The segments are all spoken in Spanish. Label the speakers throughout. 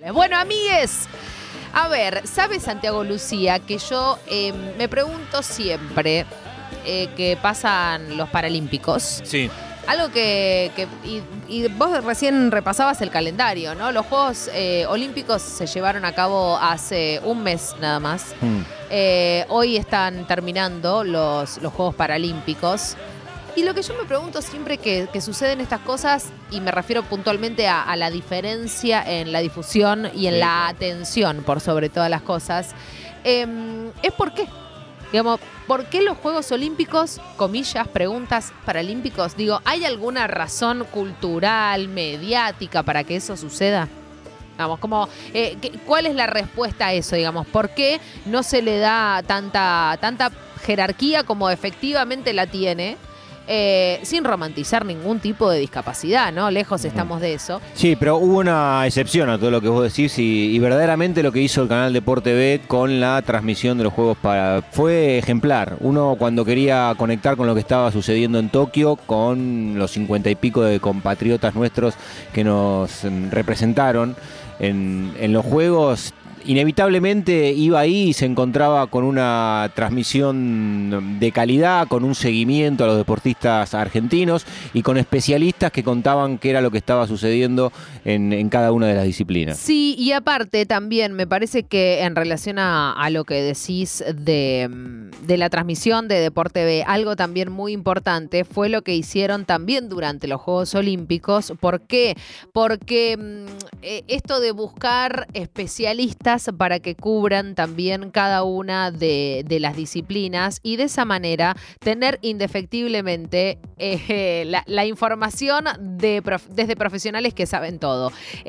Speaker 1: Bueno, amigues, a ver, ¿sabe Santiago Lucía que yo me pregunto siempre que pasan los Paralímpicos?
Speaker 2: Sí.
Speaker 1: Algo y vos recién repasabas el calendario, ¿no? Los Juegos Olímpicos se llevaron a cabo hace un mes nada más. Hoy están terminando los Juegos Paralímpicos. Y lo que yo me pregunto siempre que suceden estas cosas, y me refiero puntualmente a la diferencia en la difusión y en la atención por sobre todas las cosas, es por qué. Digamos, ¿por qué los Juegos Olímpicos, comillas, preguntas, paralímpicos? Digo, ¿hay alguna razón cultural, mediática para que eso suceda? Vamos, como, ¿cuál es la respuesta a eso, digamos? ¿Por qué no se le da tanta jerarquía como efectivamente la tiene? Sin romantizar ningún tipo de discapacidad, ¿no? Lejos estamos de eso.
Speaker 2: Sí, pero hubo una excepción a todo lo que vos decís y verdaderamente lo que hizo el canal Deporte B con la transmisión de los Juegos fue ejemplar. Uno cuando quería conectar con lo que estaba sucediendo en Tokio, con los 50 y pico de compatriotas nuestros que nos representaron en los Juegos, inevitablemente iba ahí y se encontraba con una transmisión de calidad, con un seguimiento a los deportistas argentinos y con especialistas que contaban qué era lo que estaba sucediendo en cada una de las disciplinas.
Speaker 1: Sí, y aparte también me parece que en relación a lo que decís de la transmisión de Deporte B, algo también muy importante fue lo que hicieron también durante los Juegos Olímpicos. ¿Por qué? Porque esto de buscar especialistas para que cubran también cada una de las disciplinas y de esa manera tener indefectiblemente la información desde profesionales que saben todo.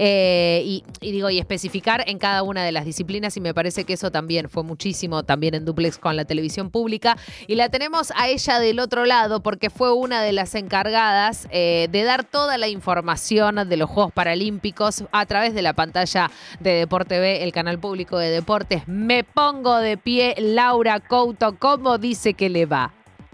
Speaker 1: Y especificar en cada una de las disciplinas, y me parece que eso también fue muchísimo también en dúplex con la televisión pública, y la tenemos a ella del otro lado porque fue una de las encargadas de dar toda la información de los Juegos Paralímpicos a través de la pantalla de Deporte B, el canal público de deportes. Me pongo de pie. Laura Couto, ¿cómo dice que le va?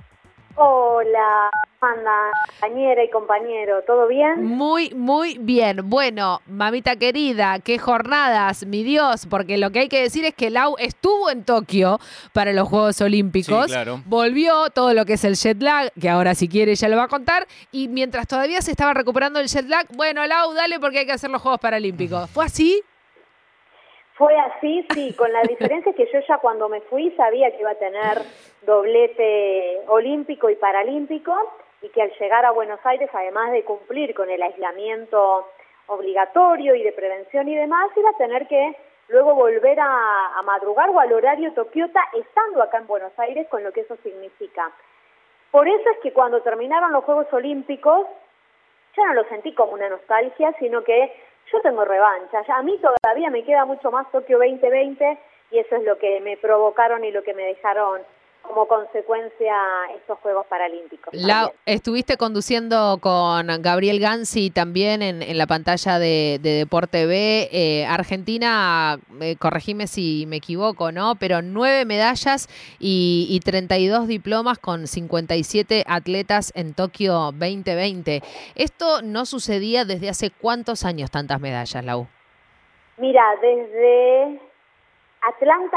Speaker 3: Hola, compañera y compañero, ¿todo bien?
Speaker 1: Muy, muy bien. Bueno, mamita querida, qué jornadas, mi Dios, porque lo que hay que decir es que Lau estuvo en Tokio para los Juegos Olímpicos.
Speaker 2: Sí, claro.
Speaker 1: Volvió todo lo que es el jet lag, que ahora si quiere ya lo va a contar, y mientras todavía se estaba recuperando el jet lag, bueno, Lau, dale porque hay que hacer los Juegos Paralímpicos. ¿Fue así?
Speaker 3: Fue así, sí, con la diferencia que yo ya cuando me fui sabía que iba a tener doblete olímpico y paralímpico y que al llegar a Buenos Aires, además de cumplir con el aislamiento obligatorio y de prevención y demás, iba a tener que luego volver a madrugar o al horario tokiota estando acá en Buenos Aires, con lo que eso significa. Por eso es que cuando terminaron los Juegos Olímpicos, yo no lo sentí como una nostalgia, sino que yo tengo revancha. A mí todavía me queda mucho más Tokio 2020 y eso es lo que me provocaron y lo que me dejaron como consecuencia estos Juegos Paralímpicos.
Speaker 1: Estuviste conduciendo con Gabriel Gansi también en la pantalla de Deporte B. Argentina, corregime si me equivoco, ¿no? Pero 9 medallas y 32 diplomas con 57 atletas en Tokio 2020. ¿Esto no sucedía desde hace cuántos años tantas medallas, Lau?
Speaker 3: Mira, desde Atlanta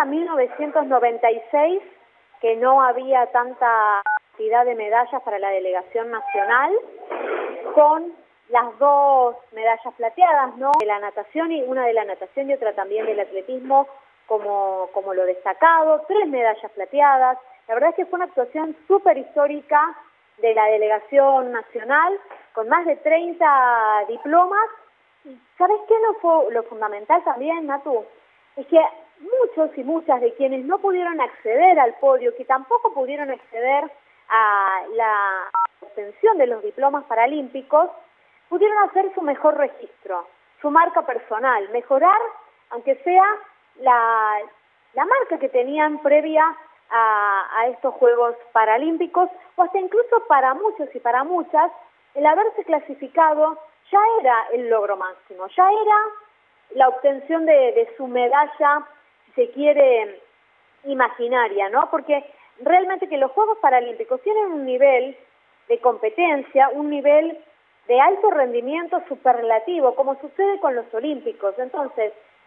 Speaker 3: 1996, que no había tanta cantidad de medallas para la delegación nacional, con las 2 medallas plateadas, ¿no? De la natación, y una de la natación y otra también del atletismo como lo destacado, 3 medallas plateadas. La verdad es que fue una actuación súper histórica de la delegación nacional, con más de 30 diplomas. Y ¿sabes qué lo fundamental también, Natu? Es que muchos y muchas de quienes no pudieron acceder al podio, que tampoco pudieron acceder a la obtención de los diplomas paralímpicos, pudieron hacer su mejor registro, su marca personal, mejorar, aunque sea la marca que tenían previa a estos Juegos Paralímpicos, o hasta incluso para muchos y para muchas, el haberse clasificado ya era el logro máximo, ya era la obtención de su medalla, se quiere, imaginaria, ¿no? Porque realmente que los Juegos Paralímpicos tienen un nivel de competencia, un nivel de alto rendimiento superlativo, como sucede con los Olímpicos. Entonces,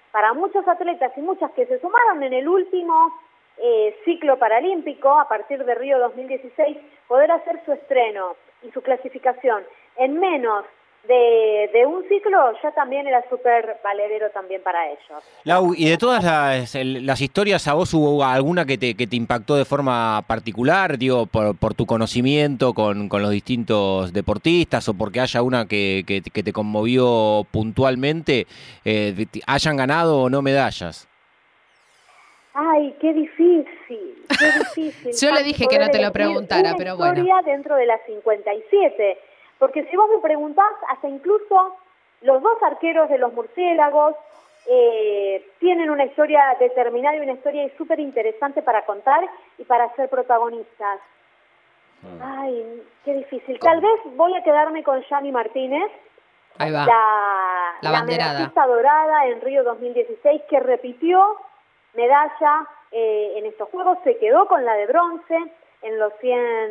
Speaker 3: para muchos atletas y muchas que se sumaron en el último ciclo paralímpico, a partir de Río 2016, poder hacer su estreno y su clasificación en menos de un ciclo ya también era súper valedero también para ellos.
Speaker 2: Lau, y de todas las historias, ¿a vos hubo alguna que te impactó de forma particular, digo, por tu conocimiento con los distintos deportistas, o porque haya una que te conmovió puntualmente, hayan ganado o no medallas?
Speaker 3: Ay, qué difícil, qué difícil.
Speaker 1: Yo le dije que no te lo preguntara, pero bueno.
Speaker 3: Una historia dentro de las 57, porque si vos me preguntás, hasta incluso los dos arqueros de los murciélagos tienen una historia determinada y una historia súper interesante para contar y para ser protagonistas. Ay, qué difícil. Tal vez voy a quedarme con Yani Martínez,
Speaker 1: Ahí va, la banderada,
Speaker 3: medallista dorada en Río 2016, que repitió medalla en estos Juegos, se quedó con la de bronce en los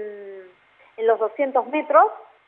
Speaker 3: 200 metros.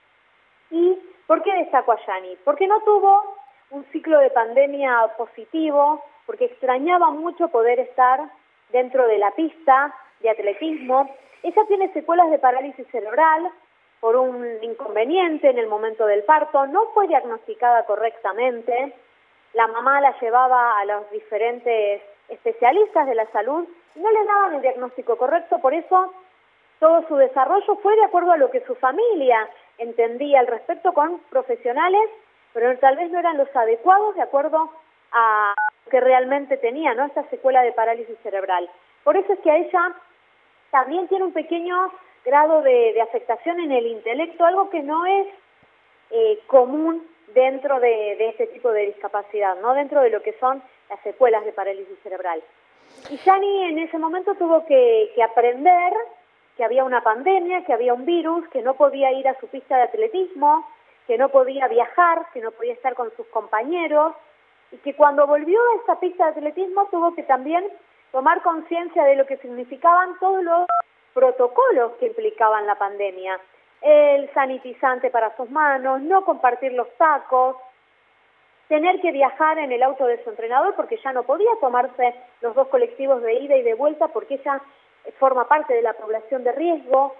Speaker 3: ¿Y por qué destaco a Yani? Porque no tuvo un ciclo de pandemia positivo, porque extrañaba mucho poder estar dentro de la pista de atletismo. Ella tiene secuelas de parálisis cerebral por un inconveniente en el momento del parto, no fue diagnosticada correctamente, la mamá la llevaba a los diferentes especialistas de la salud, no le daban el diagnóstico correcto, por eso todo su desarrollo fue de acuerdo a lo que su familia entendía al respecto con profesionales, pero tal vez no eran los adecuados de acuerdo a lo que realmente tenía, ¿no? Esta secuela de parálisis cerebral. Por eso es que a ella también tiene un pequeño grado de afectación en el intelecto, algo que no es común dentro de este tipo de discapacidad, ¿no? Dentro de lo que son las secuelas de parálisis cerebral. Y Yani en ese momento tuvo que aprender que había una pandemia, que había un virus, que no podía ir a su pista de atletismo, que no podía viajar, que no podía estar con sus compañeros, y que cuando volvió a esta pista de atletismo tuvo que también tomar conciencia de lo que significaban todos los protocolos que implicaban la pandemia. El sanitizante para sus manos, no compartir los tacos, tener que viajar en el auto de su entrenador porque ya no podía tomarse los dos colectivos de ida y de vuelta porque ella forma parte de la población de riesgo,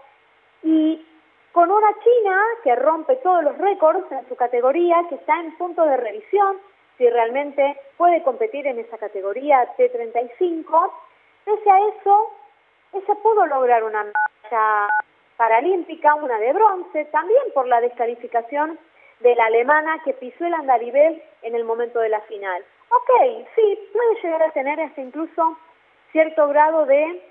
Speaker 3: y con una china que rompe todos los récords en su categoría, que está en punto de revisión si realmente puede competir en esa categoría T35. Pese a eso, ella pudo lograr una medalla paralímpica, una de bronce, también por la descalificación de la alemana que pisó el andarivel en el momento de la final. Ok, sí, puede llegar a tener hasta incluso cierto grado de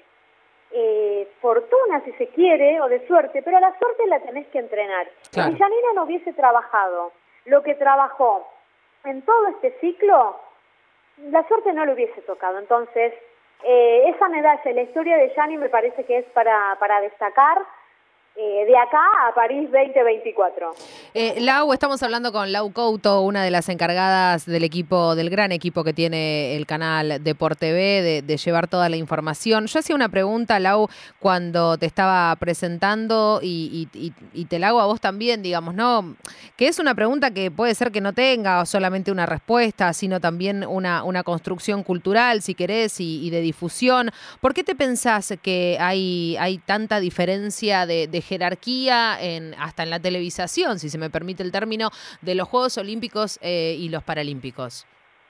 Speaker 3: fortuna, si se quiere, o de suerte, pero la suerte la tenés que entrenar.
Speaker 1: Claro.
Speaker 3: Si Yanina no hubiese trabajado lo que trabajó en todo este ciclo, la suerte no le hubiese tocado. Entonces, esa medalla, la historia de Yani me parece que es para destacar de acá a París 2024.
Speaker 1: Lau, estamos hablando con Lau Couto, una de las encargadas del equipo, del gran equipo que tiene el canal Deporte B, de llevar toda la información. Yo hacía una pregunta, Lau, cuando te estaba presentando y te la hago a vos también, digamos, ¿no? Que es una pregunta que puede ser que no tenga solamente una respuesta, sino también una construcción cultural, si querés, y de difusión. ¿Por qué te pensás que hay tanta diferencia de jerarquía hasta en la televisación, si se me permite el término, de los Juegos Olímpicos y los Paralímpicos?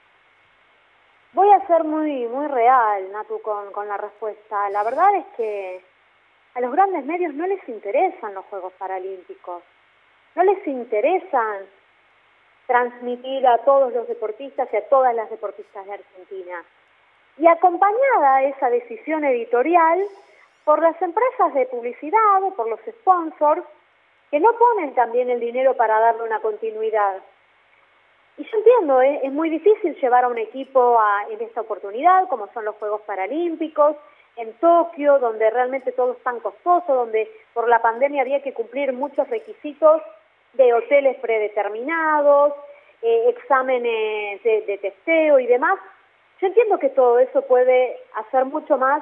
Speaker 3: Voy a ser muy real, Natu, con la respuesta. La verdad es que a los grandes medios no les interesan los Juegos Paralímpicos. No les interesan transmitir a todos los deportistas y a todas las deportistas de Argentina. Y acompañada a esa decisión editorial por las empresas de publicidad, por los sponsors, que no ponen también el dinero para darle una continuidad. Y yo entiendo, es muy difícil llevar a un equipo en esta oportunidad, como son los Juegos Paralímpicos, en Tokio, donde realmente todo es tan costoso, donde por la pandemia había que cumplir muchos requisitos de hoteles predeterminados, exámenes de testeo y demás. Yo entiendo que todo eso puede hacer mucho más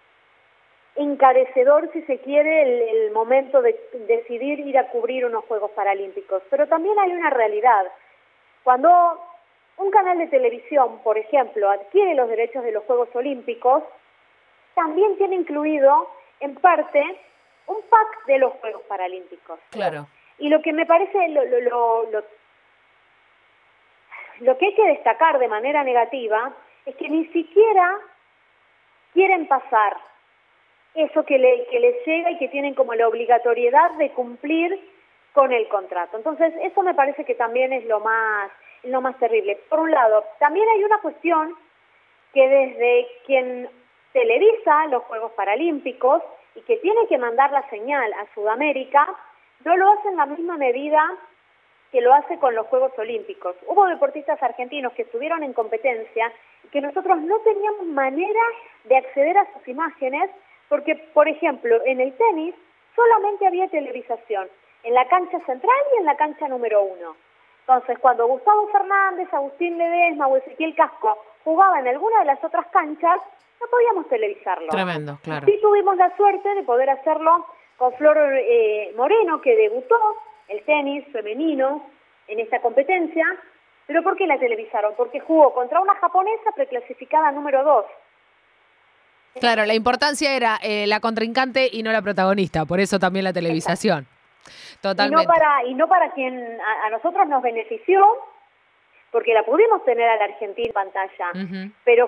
Speaker 3: encarecedor, si se quiere, el momento de decidir ir a cubrir unos Juegos Paralímpicos. Pero también hay una realidad. Cuando un canal de televisión, por ejemplo, adquiere los derechos de los Juegos Olímpicos, también tiene incluido, en parte, un pack de los Juegos Paralímpicos.
Speaker 1: Claro.
Speaker 3: Y lo que me parece, lo que hay que destacar de manera negativa es que ni siquiera quieren pasar eso que les llega y que tienen como la obligatoriedad de cumplir con el contrato. Entonces, eso me parece que también es lo más terrible. Por un lado, también hay una cuestión que desde quien televisa los Juegos Paralímpicos y que tiene que mandar la señal a Sudamérica, no lo hace en la misma medida que lo hace con los Juegos Olímpicos. Hubo deportistas argentinos que estuvieron en competencia y que nosotros no teníamos manera de acceder a sus imágenes porque, por ejemplo, en el tenis solamente había televisación en la cancha central y en la cancha número 1. Entonces, cuando Gustavo Fernández, Agustín Ledesma o Ezequiel Casco jugaban en alguna de las otras canchas, no podíamos televisarlo.
Speaker 1: Tremendo, claro.
Speaker 3: Sí tuvimos la suerte de poder hacerlo con Flor Moreno, que debutó el tenis femenino en esta competencia. ¿Pero por qué la televisaron? Porque jugó contra una japonesa preclasificada número 2.
Speaker 1: Claro, la importancia era la contrincante y no la protagonista, por eso también la televisación. Totalmente.
Speaker 3: Y no para quien a nosotros nos benefició, porque la pudimos tener a la Argentina en pantalla, pero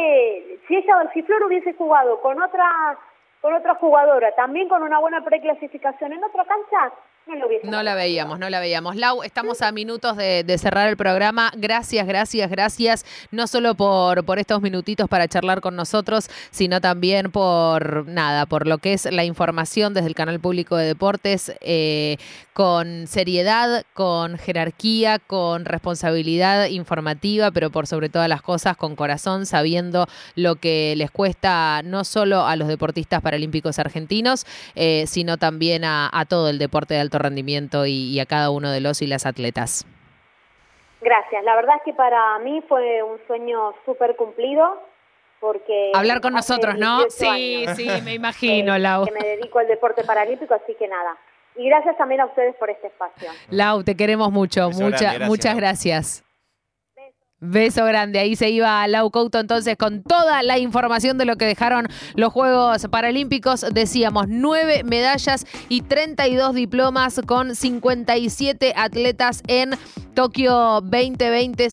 Speaker 3: si Flor hubiese jugado con otra jugadora, también con una buena preclasificación en otra cancha, no la veíamos.
Speaker 1: Lau, estamos a minutos de cerrar el programa. Gracias, no solo por estos minutitos para charlar con nosotros, sino también por lo que es la información desde el Canal Público de Deportes, con seriedad, con jerarquía, con responsabilidad informativa, pero por sobre todas las cosas con corazón, sabiendo lo que les cuesta no solo a los deportistas paralímpicos argentinos, sino también a todo el deporte de alto rendimiento y a cada uno de los y las atletas.
Speaker 3: Gracias, la verdad es que para mí fue un sueño súper cumplido, porque...
Speaker 1: Hablar con nosotros, ¿no? Sí, me imagino, Lau.
Speaker 3: Que me dedico al deporte paralímpico, así que nada. Y gracias también a ustedes por este espacio.
Speaker 1: Lau, te queremos mucho, muchas gracias. Beso grande, ahí se iba Lau Couto entonces con toda la información de lo que dejaron los Juegos Paralímpicos. Decíamos 9 medallas y 32 diplomas con 57 atletas en Tokio 2020.